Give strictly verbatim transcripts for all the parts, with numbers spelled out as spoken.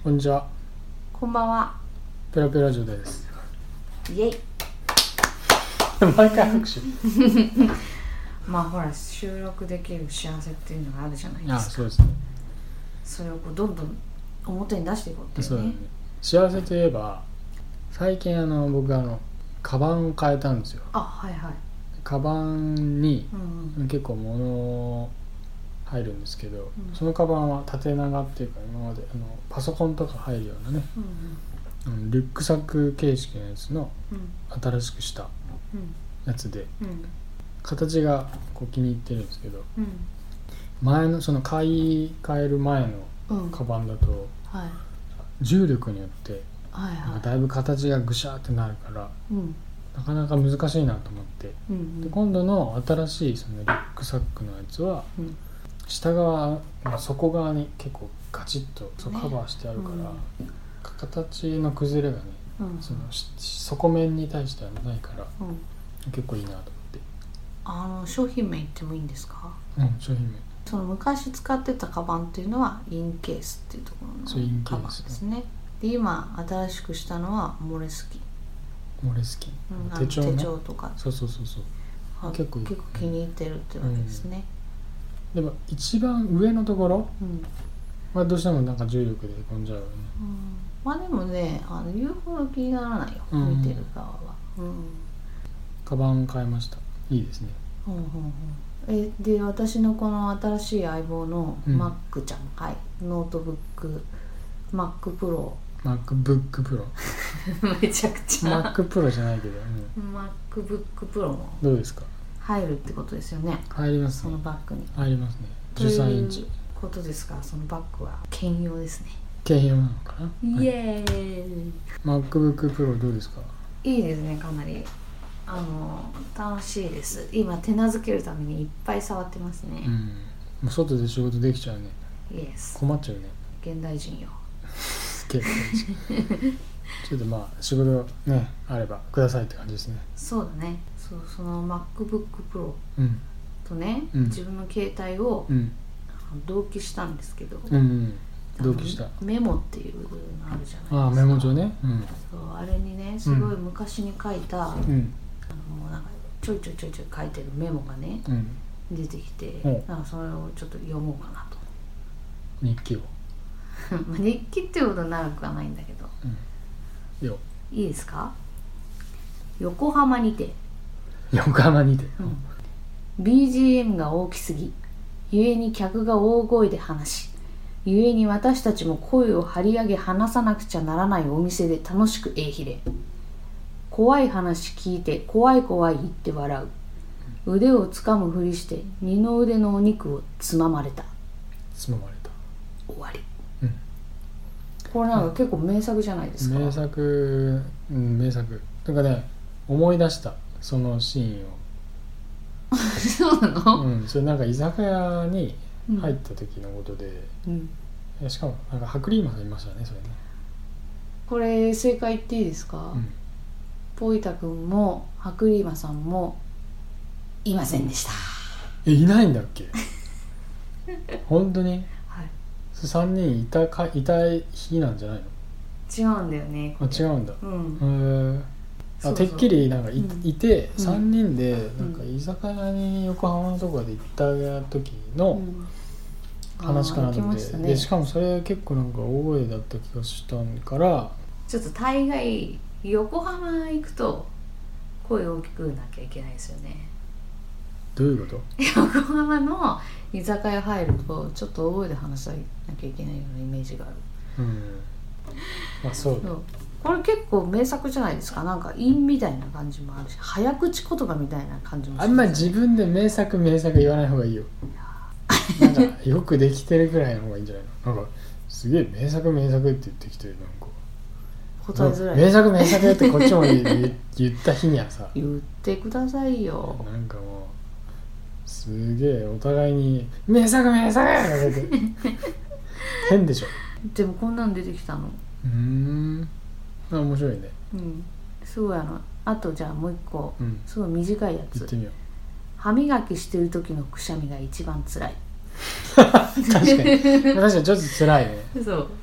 こんにちは。 こんばんは。 ペラペラジオです。 イエイ。 毎回拍手。 まあほら、収録できる幸せっていうのがあるじゃないですか。 ああ、そうですね。 それをこうどんどん表に出していこうっていうね。 そうだね。幸せといえば最近あの僕あのカバンを変えたんですよ。 あ、はいはい。 カバンにうん、 結構物入るんですけど、 うん、 そのカバンは縦長っていうか今まであのパソコンとか入るようなね、 うんうん、リュックサック形式のやつのうん新しくしたやつで、 うん形がこう気に入ってるんですけど、 うん前のその買い替える前のうんカバンだとはい重力によってはいはい。 なんかだいぶ形がぐしゃーってなるからうんなかなか難しいなと思って、 うんで今度の新しいそのリュックサックのやつはうん下側、まあ、底側に結構ガチッとそうねカバーしてあるから、 うん形の崩れがねうんそのし底面に対してはないからうん結構いいなと思って、 あの商品名言ってもいいんですか？ うん商品名その昔使ってたカバンっていうのはインケースっていうとこそうインろのカバンケースですね。で今新しくしたのはモレスキ、 モレスキン、 うん、あの手帳の手帳とかそうそうそうそうあ結構いい結構気に入ってるってわけですね。 でも一番上のところうんはどうしてもなんか重力でへこんじゃうよね。 うんまあでもねあの言うほど気にならないよ、 うん見てる側は。うんカバン変えました。いいですね。 うんうんうんえで私のこの新しい相棒のうん Mac ちゃん、はいノートブック Mac Pro MacBook Pro めちゃくちゃ Mac Pro じゃないけど、うん、 MacBook Pro もどうですか？ 入るってことですよね。 入りますそのね。 バッグに入りますね。じゅうさんインチということですが、そのバッグは兼用ですね。 兼用なのかな。 イエーイ、 はい、MacBook Pro どうですか？ いいですね。かなりあの楽しいです。今手なずけるためにいっぱい触ってますね。 うん。もう外で仕事できちゃうね。 イエス困っちゃうね。 現代人よ。 結構ちょっとまあ仕事ねあればくださいって感じですね。 そうだね。そうその MacBook Pro うんとね、 うん、 自分の携帯をうん同期したんですけど、 うん、うん、同期した。 メモっていうのあるじゃないですか。 ああメモ帳ね。うん。 そうあれにねすごい昔に書いた、 うん。 あのもうなんかちょいちょいちょいちょい書いてるメモがね、 うん。 出てきて、 うんなんかそれをちょっと読もうかなと。 日記を。 まあ日記っていうほど長くはないんだけど、 うん。よ。 いいですか？横浜にて、 横浜にて。 うん、ビージーエム が大きすぎ、故に客が大声で話し、故に私たちも声を張り上げ話さなくちゃならないお店で楽しくえいひれ。怖い話聞いて怖い怖い言って笑う。腕をつかむふりして二の腕のお肉をつままれた。 つままれた。 終わり。 うん。 これなんか結構名作じゃないですか。 名作、うん、名作。なんかね、思い出したそのシーンを。 そうなの？ うん、それなんか居酒屋に入った時のことで、 うんうん、 しかもなんかハクリーマンさんいましたね、それね。 これ正解言っていいですか？ うん、 ポイタ君もハクリーマさんもいませんでした。 え、いないんだっけ？本当に？ はい。 さんにんいたかいた日なんじゃないの？ 違うんだよね。 あ、違うんだ。 うん。 へーそうそうあ、てっきりなんか い,、 うん、 いてうんさんにんでなんか居酒屋に横浜のところで行った時の話かなと思って、 うんね、 でしかもそれ結構なんか大声だった気がしたからちょっと大概横浜行くと声大きくなきゃいけないですよね。 どういうこと？ 横浜の居酒屋入るとちょっと大声で話さなきゃいけないようなイメージがある。 うん、まあそうだ。 そうこれ結構名作じゃないですか。なんか韻みたいな感じもあるし早口言葉みたいな感じもする。 あんまり自分で名作名作言わない方がいいよ。なんかよくできてるぐらいの方がいいんじゃないの？なんかすげえ名作名作って言ってきてなんか答えづらい。 名作名作ってこっちも 言, 言った日にはさ言ってくださいよ。 なんかもうすげえお互いに名作名作って変でしょ。 でもこんなん出てきたの。 うーんあ面白いね。 うんすごいあのあとじゃあもう一個、 うん、 すごい短いやつ。 言ってみよう。 歯磨きしてる時のくしゃみが一番つらい。 確かに確かにちょっと辛いね。 そう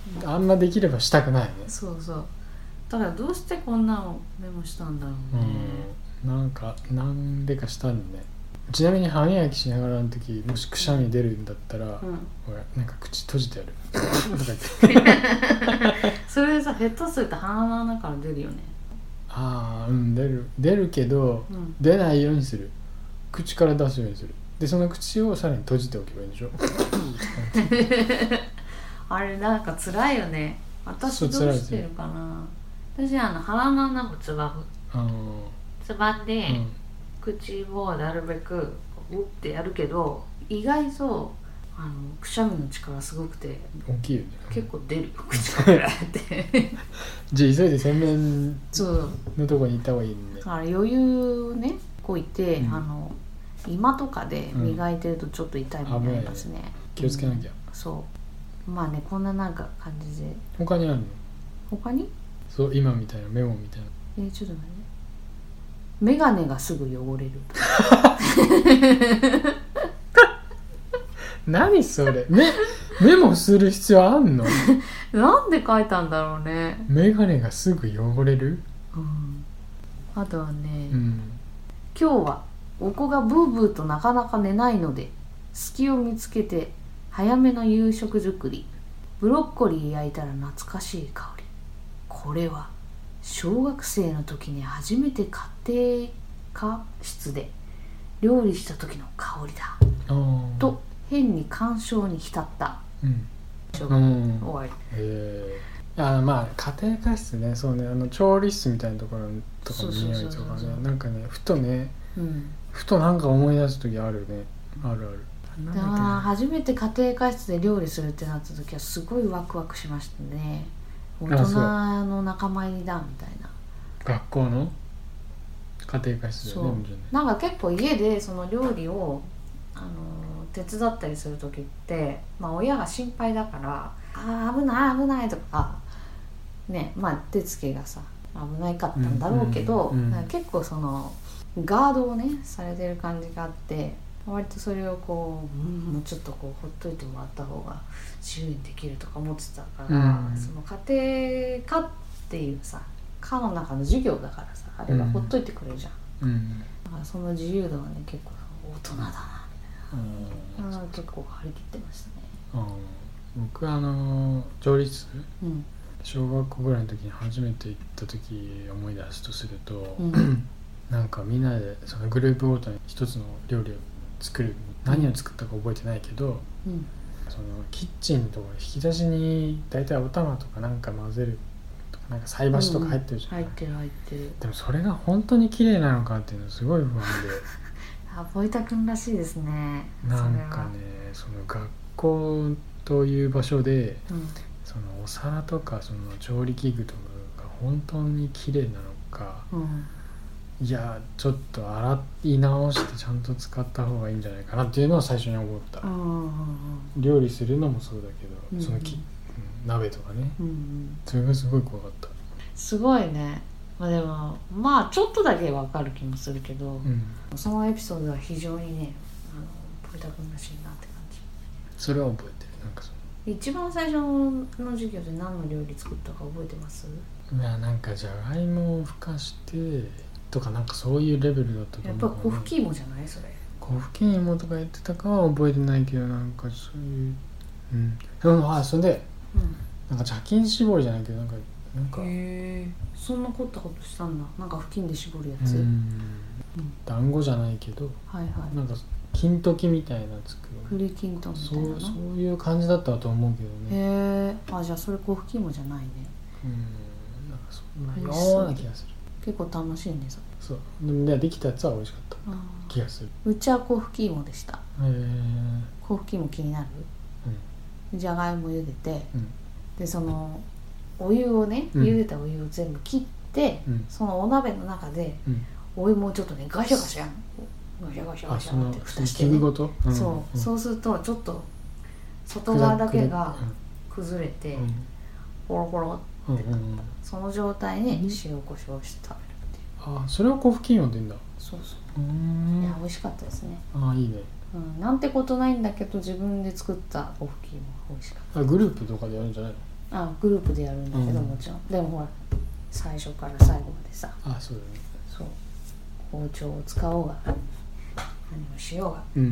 あんまできればしたくないね。 そうそう。だからどうしてこんなのメモしたんだろうね。 うん、なんかなんでかしたんだね。ちなみに歯磨きしながらの時もしくしゃみ出るんだったら、うん、俺なんか口閉じてやるとか言ってそれでさ、ヘッドすると鼻の中から出るよね。 ああ、うん出る出るけど、うん、出ないようにする。口から出すようにする。でその口をさらに閉じておけばいいんでしょあれなんか辛いよね。私どうしてるかな。私あの鼻の穴もつばぶつばんで、うん、口をなるべくうってやるけど、意外とあのくしゃみの力すごくて大きいよね。 結構出る口からってじゃあ急いで洗面のとこに行った方がいいね。 だから余裕ねこいて、うん、あの今とかで磨いてるとちょっと痛いものありますね、 うん、気をつけなきゃ、 うん、そうまあね、こんななんか感じで。 他にあるの？他にそう今みたいなメモみたいな。 えー、ちょっと待ってね。メガネがすぐ汚れる何それ。メ, メモする必要あんの？ なんで書いたんだろうね。 メガネがすぐ汚れる、 うん、あとはね、 うん、 今日はお子がブーブーとなかなか寝ないので隙を見つけて早めの夕食作り。ブロッコリー焼いたら懐かしい香り。これは小学生の時に初めて家庭科室で料理した時の香りだと変に感傷に浸った、 うん、 終わり。 へー。あまあ家庭科室ね、そうね、あの調理室みたいなところとかの匂いとかね、なんかねふとね、うん、ふとなんか思い出す時あるね。あるある。 あ初めて家庭科室で料理するってなった時はすごいワクワクしましたね。大人の仲間入りだみたいな。 学校の家庭科室でね。 なんか結構家でその料理をあの手伝ったりする時って、まあ、親が心配だからあー危ない危ないとかね、まあ手つけがさ危ないかったんだろうけど、うんうんうん、結構そのガードをねされてる感じがあって、割とそれをこう、うん、もうちょっとこうほっといてもらった方が自由にできるとか思ってたから、うん、その家庭科っていうさ科の中の授業だからさ、あれはほっといてくれるじゃん、うん、だからその自由度はね結構大人だなみたいな、うん、結構張り切ってましたね。 うん、僕はあの調理室、うん、小学校ぐらいの時に初めて行った時思い出すとすると、うん、なんかみんなでそのグループごとに一つの料理を作る、何を作ったか覚えてないけど、うん、そのキッチンのところ引き出しに大体お玉とかなんか混ぜるとかなんか菜箸とか入ってるじゃん、 うん、入ってる入ってる。 でもそれが本当に綺麗なのかっていうのはすごい不安であ、ボイタ君らしいですね。 なんかね、その学校という場所で、うん、そのお皿とかその調理器具とかが本当に綺麗なのか、うん、いやちょっと洗い直してちゃんと使った方がいいんじゃないかなっていうのを最初に思った、うん、料理するのもそうだけど、うん、そのき、うん、鍋とかね、うん、それがすごい怖かった。 すごいね。まあでもまあちょっとだけわかる気もするけど、うん、そのエピソードは非常にね、あのポイタ君らしいなって感じ。 それは覚えてる。なんかその一番最初の授業で何の料理作ったか覚えてます？ いやなんかじゃがいもをふかしてとかなんかそういうレベルだったと思う。 やっぱ粉吹き芋じゃないそれ。 粉吹き芋とかやってたかは覚えてないけど、なんかそういう、うん、でもあそれで、うん、なんか茶巾絞りじゃないけどなんかなんかへー、そんな凝ったことしたんだ。なんか布巾で絞るやつ、うん、うん、 団子じゃないけど、はいはい、なんか金時みたいな作る栗きんとんみたいなの。 そう、そういう感じだったと思うけどね。 へえ、あじゃあそれ粉吹き芋じゃないね。 うん、なんかそんなような気がする。 結構楽しいねそれ。 そうでできたやつは美味しかった気がする。 うちは粉吹き芋でした。へえ。 粉吹き芋気になる？うん、じゃがいも茹でて、うん、でそのお湯をね、茹でたお湯を全部切って、うん、そのお鍋の中で、うん、お湯もちょっとねガシャガシャガシャガシャガシャって蓋してね、 ごと、うん、 そう、うん、そうするとちょっと外側だけが崩れて、うん、ポロポロって、うんうん、その状態に塩コショウして食べるっていう。 あ、それを粉吹き芋って言うんだ。 そうそう。うーん、いや美味しかったですね。 あ、いいね。 うん、なんてことないんだけど自分で作った粉吹き芋が美味しかった。 あ、グループとかでやるんじゃないの？ あグループでやるんだけど、 うん、 もちろんでもほら最初から最後までさあそうだねそう包丁を使おうが何をしようが、 うん、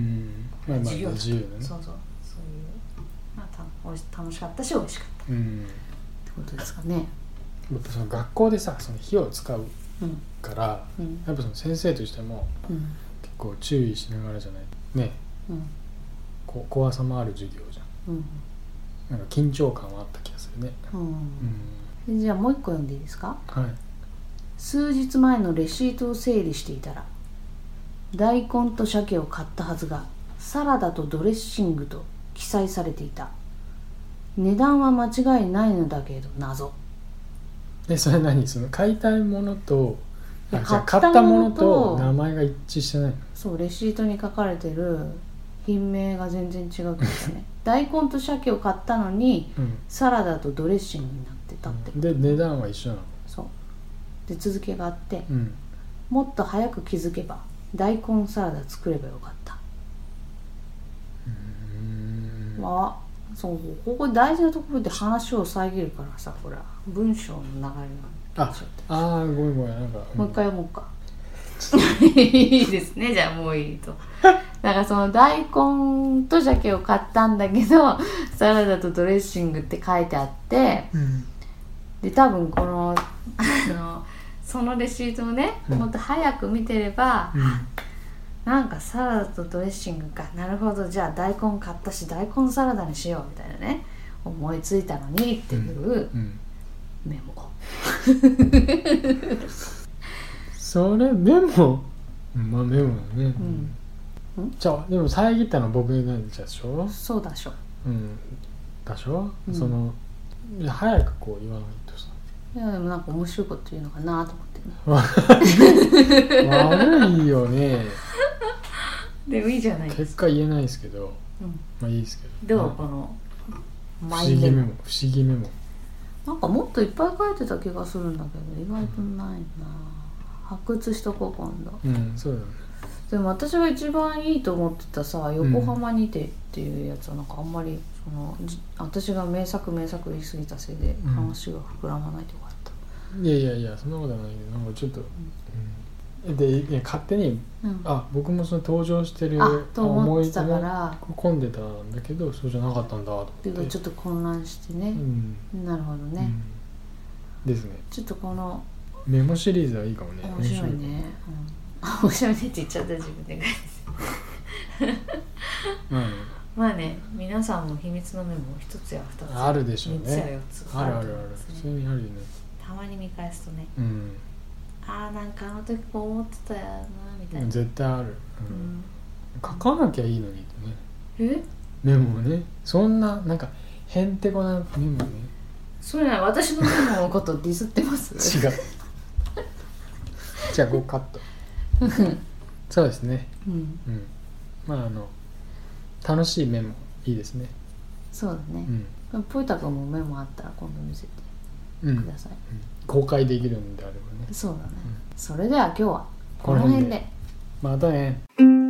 まあまあ自由だね。そうそうそういう、まあ、た楽しかったし美味しかった、うん、ってことですかね。 やっぱその学校でさその火を使うから、うん、やっぱその先生としても、うん、結構注意しながらじゃないね、うん、こ怖さもある授業じゃん、うん、なんか緊張感はあった気がするね、うんうん、じゃあもう一個読んでいいですか。 はい。 数日前のレシートを整理していたら大根と鮭を買ったはずがサラダとドレッシングと記載されていた。値段は間違いないのだけど謎。 えそれ何その買いたいものと買ったものと名前が一致してないの。 そうレシートに書かれてる品名が全然違うけどね大根と鮭を買ったのに、うん、サラダとドレッシングになってたって、 うん、で値段は一緒なの。 そうで続きがあって、うん、もっと早く気づけば大根サラダ作ればよかった。うーんまあそうここ大事なところで話を遮るからさほら文章の流れがああーごめんごめんなんか、 うん、もう一回読もうかいいですねじゃあもういいとだからその大根と鮭を買ったんだけどサラダとドレッシングって書いてあって、うん、で多分このあのそのレシートをね、うん、もっと早く見てれば、うん、なんかサラダとドレッシングかなるほどじゃあ大根買ったし大根サラダにしようみたいなね思いついたのにっていうメモ、うんうん、 それメモまあメモだね、うん、じゃあでも遮ったの僕なんでしょ。 そうだしょ、 うん、だしょ、うん、その早くこう言わないとさ。 いやでもなんか面白いこと言うのかなと思ってね悪いよねでもいいじゃないですか。 結果言えないですけど、うん、まあいいですけどどうこの不思議メモ不思議メモなんかもっといっぱい書いてた気がするんだけど意外とないな、うん、発掘しとこう今度。 うんそうだね。 でも私が一番いいと思ってたさ横浜にてっていうやつはなんかあんまりその私が名作名作言い過ぎたせいで話が膨らまないとよかった、 うん、いやいやいやそんなことはないけどなんかちょっと、うん、でいや勝手に、うん、あ僕もその登場してると思ってたから込んでたんだけどそうじゃなかったんだと思ってっていうかちょっと混乱してね、うん、なるほどね、 うん、ですね。 ちょっとこのメモシリーズはいいかもね。 面白いね、面白いねって言っちゃった自分で書いてまあねまあね皆さんも秘密のメモ一つや二つあるでしょうね。 みっつやよっつあるあるある普通にあるよね。 たまに見返すとね、うん、あーなんかあの時こう思ってたやなみたいな絶対ある、うんうん、書かなきゃいいのにってね。 えメモねそんななんかへんてこなメモね。 それな私のメモのことディスってます違うじゃあごカットそうですね、うんうん、まああの楽しいメモいいですね。 そうだね、うん、ポイタ君もメモあったら今度見せてください、うんうん、 公開できるんであればね。 そうだね、うん、それでは今日はこの辺でまたね。